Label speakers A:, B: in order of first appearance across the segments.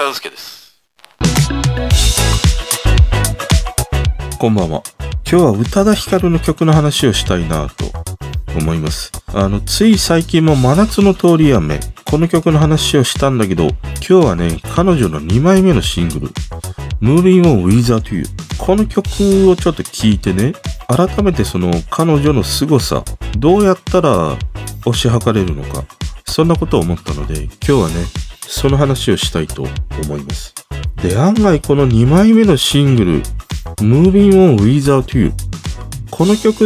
A: 大輔です。
B: こんばんは。今日は宇多田ヒカルの曲の話をしたいなと思います。つい最近も真夏の通り雨、この曲の話をしたんだけど、今日はね、彼女の2枚目のシングル、Moving On Without You。この曲をちょっと聴いてね、改めてその彼女の凄さ、どうやったら推し量れるのか、そんなことを思ったので、今日はね、その話をしたいと思います。で、案外この2枚目のシングル、Moving On Without You。この曲って、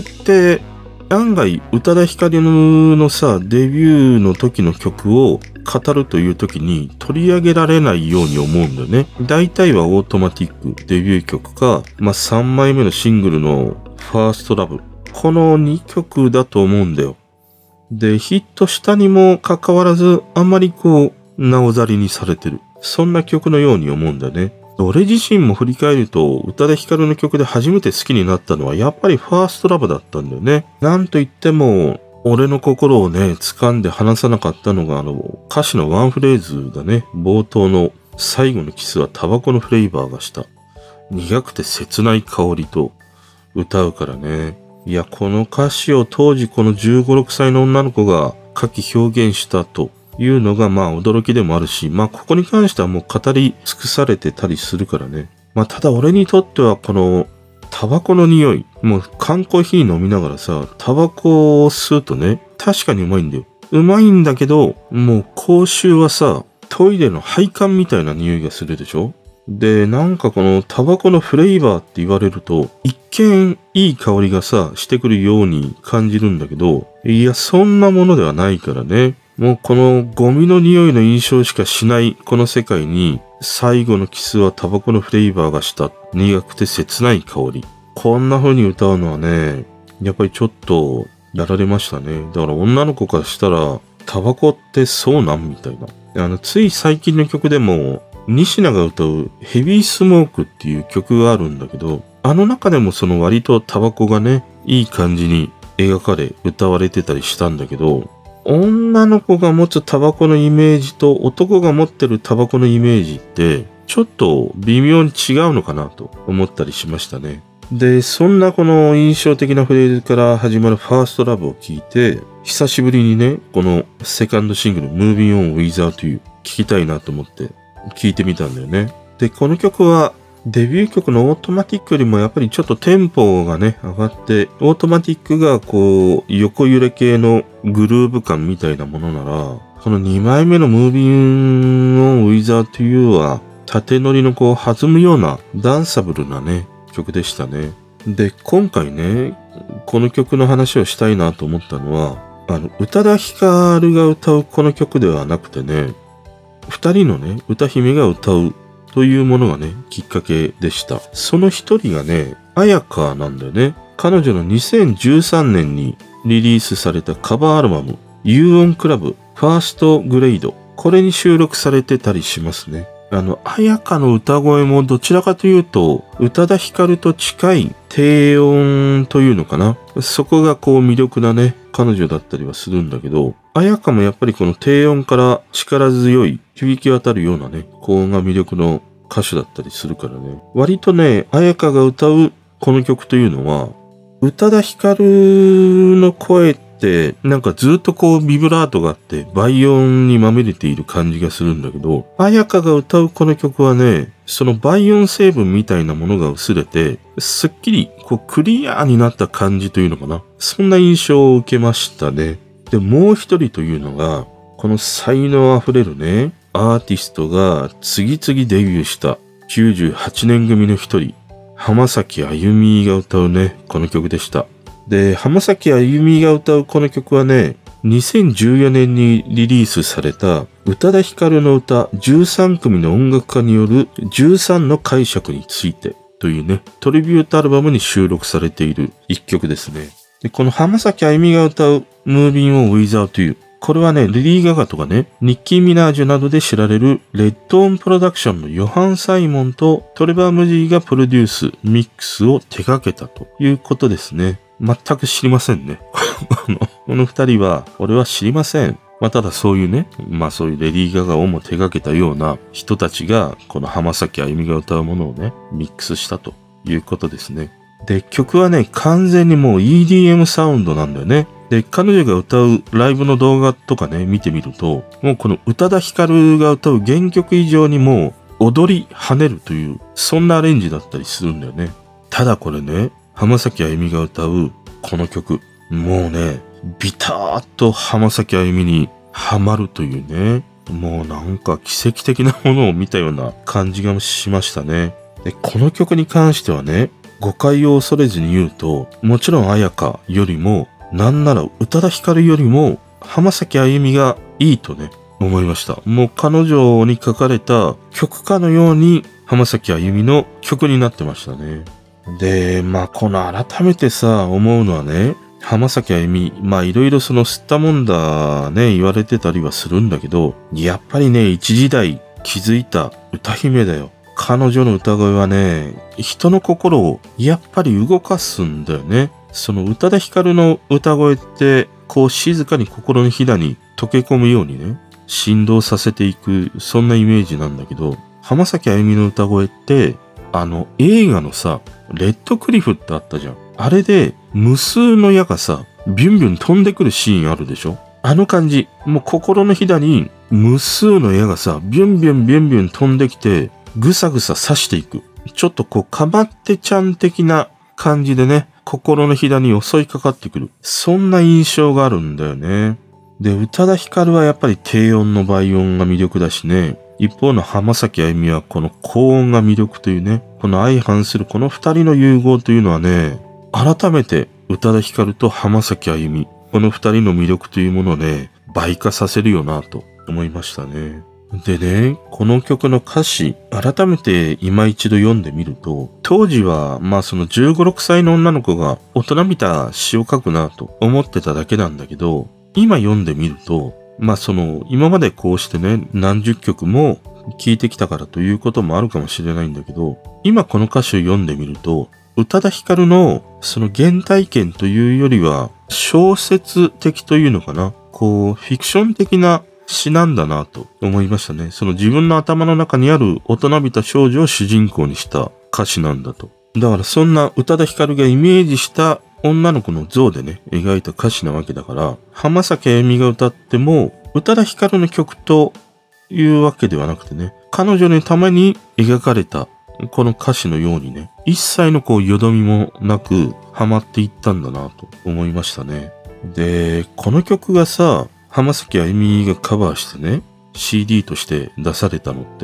B: 案外宇多田ヒカルのさ、デビューの時の曲を語るという時に取り上げられないように思うんだよね。大体はオートマティックデビュー曲か、3枚目のシングルのファーストラブ。この2曲だと思うんだよ。で、ヒットしたにもかかわらず、あんまりなおざりにされてる。そんな曲のように思うんだよね。俺自身も振り返ると、宇多田ヒカルの曲で初めて好きになったのはやっぱりファーストラブだったんだよね。なんといっても、俺の心をね、掴んで離さなかったのが歌詞のワンフレーズだね。冒頭の最後のキスはタバコのフレーバーがした。苦くて切ない香りと歌うからね。いや、この歌詞を当時この15、6歳の女の子が書き表現したというのが驚きでもあるし、ここに関してはもう語り尽くされてたりするからね。ただ俺にとってはこのタバコの匂い、もう缶コーヒー飲みながらさ、タバコを吸うとね、確かにうまいんだよ。うまいんだけど、もう口臭はさ、トイレの配管みたいな匂いがするでしょ？で、このタバコのフレーバーって言われると、一見いい香りがさ、してくるように感じるんだけど、いや、そんなものではないからね。もうこのゴミの匂いの印象しかしないこの世界に、最後のキスはタバコのフレーバーがした。苦くて切ない香り。こんな風に歌うのはね、やっぱりちょっとやられましたね。だから女の子からしたら、タバコってそうなんみたいな。つい最近の曲でも、西名が歌うヘビースモークっていう曲があるんだけど、あの中でもその割とタバコがね、いい感じに描かれ、歌われてたりしたんだけど、女の子が持つタバコのイメージと男が持ってるタバコのイメージって、ちょっと微妙に違うのかなと思ったりしましたね。で、そんなこの印象的なフレーズから始まるファーストラブを聞いて、久しぶりにね、このセカンドシングル Moving On Without You 聞きたいなと思って聞いてみたんだよね。で、この曲はデビュー曲のオートマティックよりもやっぱりちょっとテンポがね、上がって、オートマティックが横揺れ系のグルーヴ感みたいなものなら、この2枚目の Moving On Without You は、縦乗りの弾むようなダンサブルなね、曲でしたね。で、今回ね、この曲の話をしたいなと思ったのは、宇多田ヒカルが歌うこの曲ではなくてね、二人のね、歌姫が歌うというものがね、きっかけでした。その一人がね、綾香なんだよね。彼女の2013年にリリースされたカバーアルバム、You On Club First Grade。これに収録されてたりしますね。綾香の歌声もどちらかというと、宇多田ヒカルと近い低音というのかな。そこが魅力なね、彼女だったりはするんだけど、綾香もやっぱりこの低音から力強い、響き渡るようなね、高音が魅力の歌手だったりするからね。割とね、綾香が歌うこの曲というのは、宇多田ヒカルの声って、ずっとビブラートがあって、倍音にまみれている感じがするんだけど、綾香が歌うこの曲はね、その倍音成分みたいなものが薄れて、すっきり、クリアになった感じというのかな。そんな印象を受けましたね。で、もう一人というのが、この才能あふれるね、アーティストが次々デビューした98年組の一人、浜崎あゆみが歌うね、この曲でした。で、浜崎あゆみが歌うこの曲はね、2014年にリリースされた宇多田ヒカルの歌13組の音楽家による13の解釈についてというね、トリビュートアルバムに収録されている一曲ですね。で、この浜崎あゆみが歌う Moving On Without You。これはね、レディー・ガガとかね、ニッキー・ミナージュなどで知られるレッドオンプロダクションのヨハン・サイモンとトレバー・ムジーがプロデュース、ミックスを手掛けたということですね。全く知りませんね。この二人は、俺は知りません。 ただそういうね、そういうレディー・ガガをも手掛けたような人たちが、この浜崎あゆみが歌うものをね、ミックスしたということですね。で、曲はね、完全にもう EDM サウンドなんだよね。で、彼女が歌うライブの動画とかね、見てみると、もうこの宇多田ヒカルが歌う原曲以上にもう踊り跳ねるという、そんなアレンジだったりするんだよね。ただこれね、浜崎あゆみが歌うこの曲、もうね、ビターッと浜崎あゆみにハマるというね、もうなんか奇跡的なものを見たような感じがしましたね。で、この曲に関してはね、誤解を恐れずに言うと、もちろん彩香よりも、なんなら宇多田ヒカルよりも浜崎あゆみがいいとね、思いました。もう彼女に書かれた曲かのように浜崎あゆみの曲になってましたね。で、この改めてさ、思うのはね、浜崎あゆみ、いろいろその吸ったもんだね、言われてたりはするんだけど、やっぱりね、一時代築いた歌姫だよ。彼女の歌声はね、人の心をやっぱり動かすんだよね。その宇多田ヒカルの歌声って、こう静かに心のひだに溶け込むようにね、振動させていく、そんなイメージなんだけど、浜崎あゆみの歌声って、映画のさ、レッドクリフってあったじゃん。あれで、無数の矢がさ、ビュンビュン飛んでくるシーンあるでしょ？あの感じ。もう心のひだに無数の矢がさ、ビュンビュンビュンビュン飛んできて、ぐさぐさ刺していく。ちょっとこう、かまってちゃん的な感じでね、心のひだに襲いかかってくる。そんな印象があるんだよね。で、宇多田ヒカルはやっぱり低音の倍音が魅力だしね。一方の浜崎あゆみはこの高音が魅力というね、この相反するこの二人の融合というのはね、改めて宇多田ヒカルと浜崎あゆみ、この二人の魅力というものをね、倍化させるよなと思いましたね。でね、この曲の歌詞、改めて今一度読んでみると、当時はその15、6歳の女の子が大人びた詩を書くなと思ってただけなんだけど、今読んでみると、今までこうしてね、何十曲も聴いてきたからということもあるかもしれないんだけど、今この歌詞を読んでみると、宇多田ヒカルのその原体験というよりは、小説的というのかな、こう、フィクション的な詩なんだなと思いましたね。その自分の頭の中にある大人びた少女を主人公にした歌詞なんだと。だからそんな宇多田ヒカルがイメージした女の子の像でね、描いた歌詞なわけだから、浜崎あゆみが歌っても、宇多田ヒカルの曲というわけではなくてね、彼女のために描かれたこの歌詞のようにね、一切のこうよどみもなくハマっていったんだなと思いましたね。で、この曲がさ、浜崎あゆみがカバーしてね、CD として出されたのって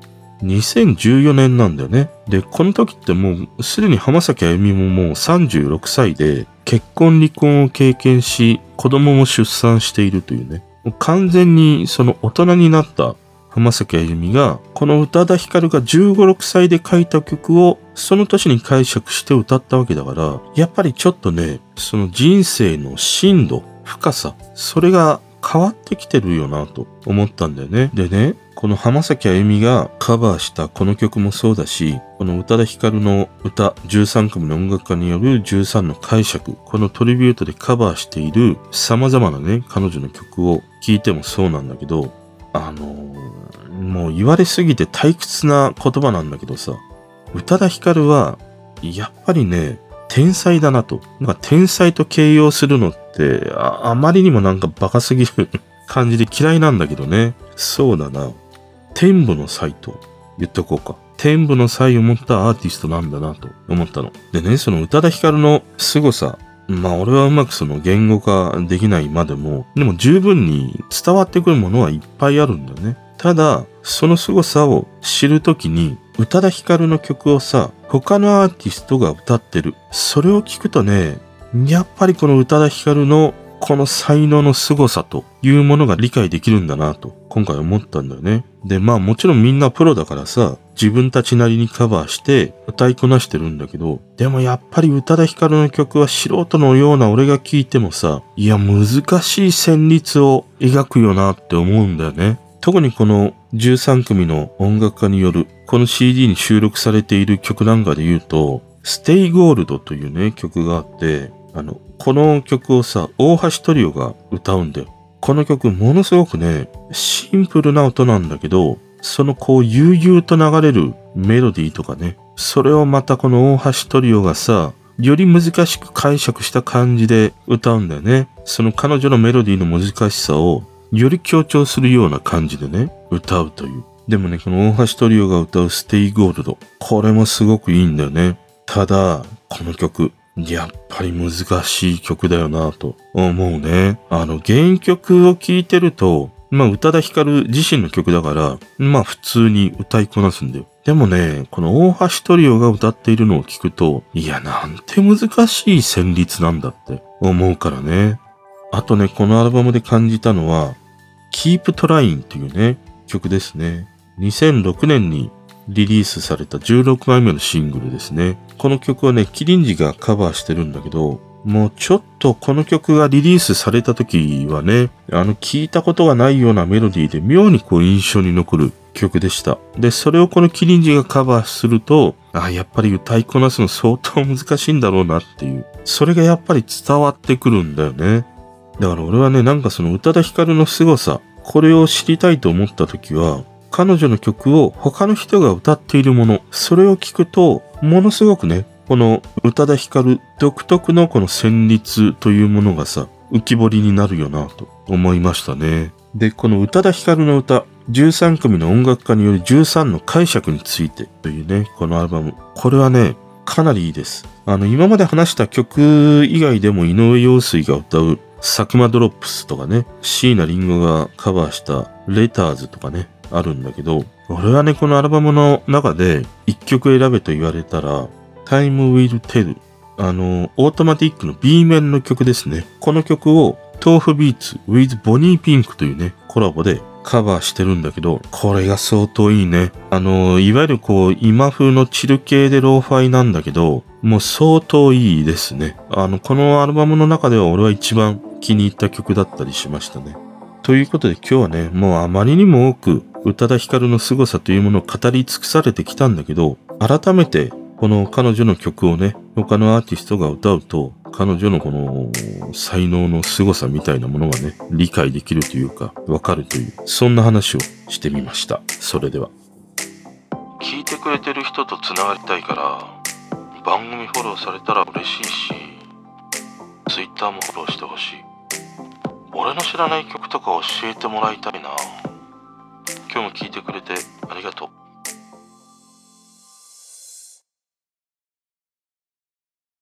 B: 、2014年なんだよね。で、この時ってもうすでに浜崎あゆみももう36歳で結婚離婚を経験し、子供も出産しているというね。もう完全にその大人になった浜崎あゆみが、この宇多田ヒカルが15、6歳で書いた曲をその年に解釈して歌ったわけだから、やっぱりちょっとね、その人生の深度、深さ、それが変わってきてるよなと思ったんだよね。でね、この浜崎あゆみがカバーしたこの曲もそうだし、この宇多田ヒカルの歌13組の音楽家による13の解釈、このトリビュートでカバーしている様々なね、彼女の曲を聴いてもそうなんだけど、もう言われすぎて退屈な言葉なんだけどさ、宇多田ヒカルはやっぱりね、天才だなと。天才と形容するのってあまりにもなんかバカすぎる感じで嫌いなんだけどね。そうだな。天賦の才と言っとこうか。天賦の才を持ったアーティストなんだなと思ったの。でね、その宇多田ヒカルの凄さ。俺はうまくその言語化できないまでも、でも十分に伝わってくるものはいっぱいあるんだよね。ただ、その凄さを知るときに、宇多田ヒカルの曲をさ、他のアーティストが歌ってる。それを聞くとね、やっぱりこの宇多田ヒカルのこの才能の凄さというものが理解できるんだなと、今回思ったんだよね。で、もちろんみんなプロだからさ、自分たちなりにカバーして歌いこなしてるんだけど、でもやっぱり宇多田ヒカルの曲は素人のような俺が聴いてもさ、いや難しい旋律を描くよなって思うんだよね。特にこの13組の音楽家によるこの CD に収録されている曲なんかで言うと、ステイゴールドというね曲があって、この曲をさ、大橋トリオが歌うんだよ。 この曲ものすごくね、シンプルな音なんだけど、そのこう悠々と流れるメロディーとかね、それをまたこの大橋トリオがさ、より難しく解釈した感じで歌うんだよね。その彼女のメロディーの難しさをより強調するような感じでね、歌うという。でもね、この大橋トリオが歌うステイゴールド、これもすごくいいんだよね。ただ、この曲、やっぱり難しい曲だよなと思うね。原曲を聴いてると、宇多田ヒカル自身の曲だから、普通に歌いこなすんだよ。でもね、この大橋トリオが歌っているのを聞くと、いや、なんて難しい旋律なんだって思うからね。あとね、このアルバムで感じたのは、Keep Trying っていうね、曲ですね。2006年にリリースされた16枚目のシングルですね。この曲はね、キリンジがカバーしてるんだけど、もうちょっとこの曲がリリースされた時はね、聞いたことがないようなメロディーで妙にこう印象に残る曲でした。で、それをこのキリンジがカバーすると、やっぱり歌いこなすの相当難しいんだろうなっていう。それがやっぱり伝わってくるんだよね。だから俺はね、なんかその宇多田ヒカルの凄さ、これを知りたいと思った時は、彼女の曲を他の人が歌っているもの、それを聞くと、ものすごくね、この宇多田ヒカル独特のこの旋律というものがさ、浮き彫りになるよなと思いましたね。で、この宇多田ヒカルの歌、13組の音楽家による13の解釈についてというね、このアルバム。これはね、かなりいいです。今まで話した曲以外でも井上陽水が歌う佐久間ドロップスとかね、椎名林檎がカバーしたレターズとかね、あるんだけど、俺はね、このアルバムの中で一曲選べと言われたら、Time Will Tell。オートマティックの B 面の曲ですね。この曲を豆腐ビーツ with ボニーピンクというね、コラボでカバーしてるんだけど、これが相当いいね。いわゆるこう、今風のチル系でローファイなんだけど、もう相当いいですね。このアルバムの中では俺は一番気に入った曲だったりしましたね。ということで今日はね、もうあまりにも多く宇多田ヒカルの凄さというものを語り尽くされてきたんだけど、改めてこの彼女の曲をね、他のアーティストが歌うと、彼女のこの才能の凄さみたいなものがね、理解できるというか、わかるという、そんな話をしてみました。それでは。聞いてくれてる人と繋がりたいから、番組フォローされたら嬉しいし、Twitter もフォローしてほしい。俺の知らない曲とか教えてもらいたいな。今日も聞いてくれてありがとう。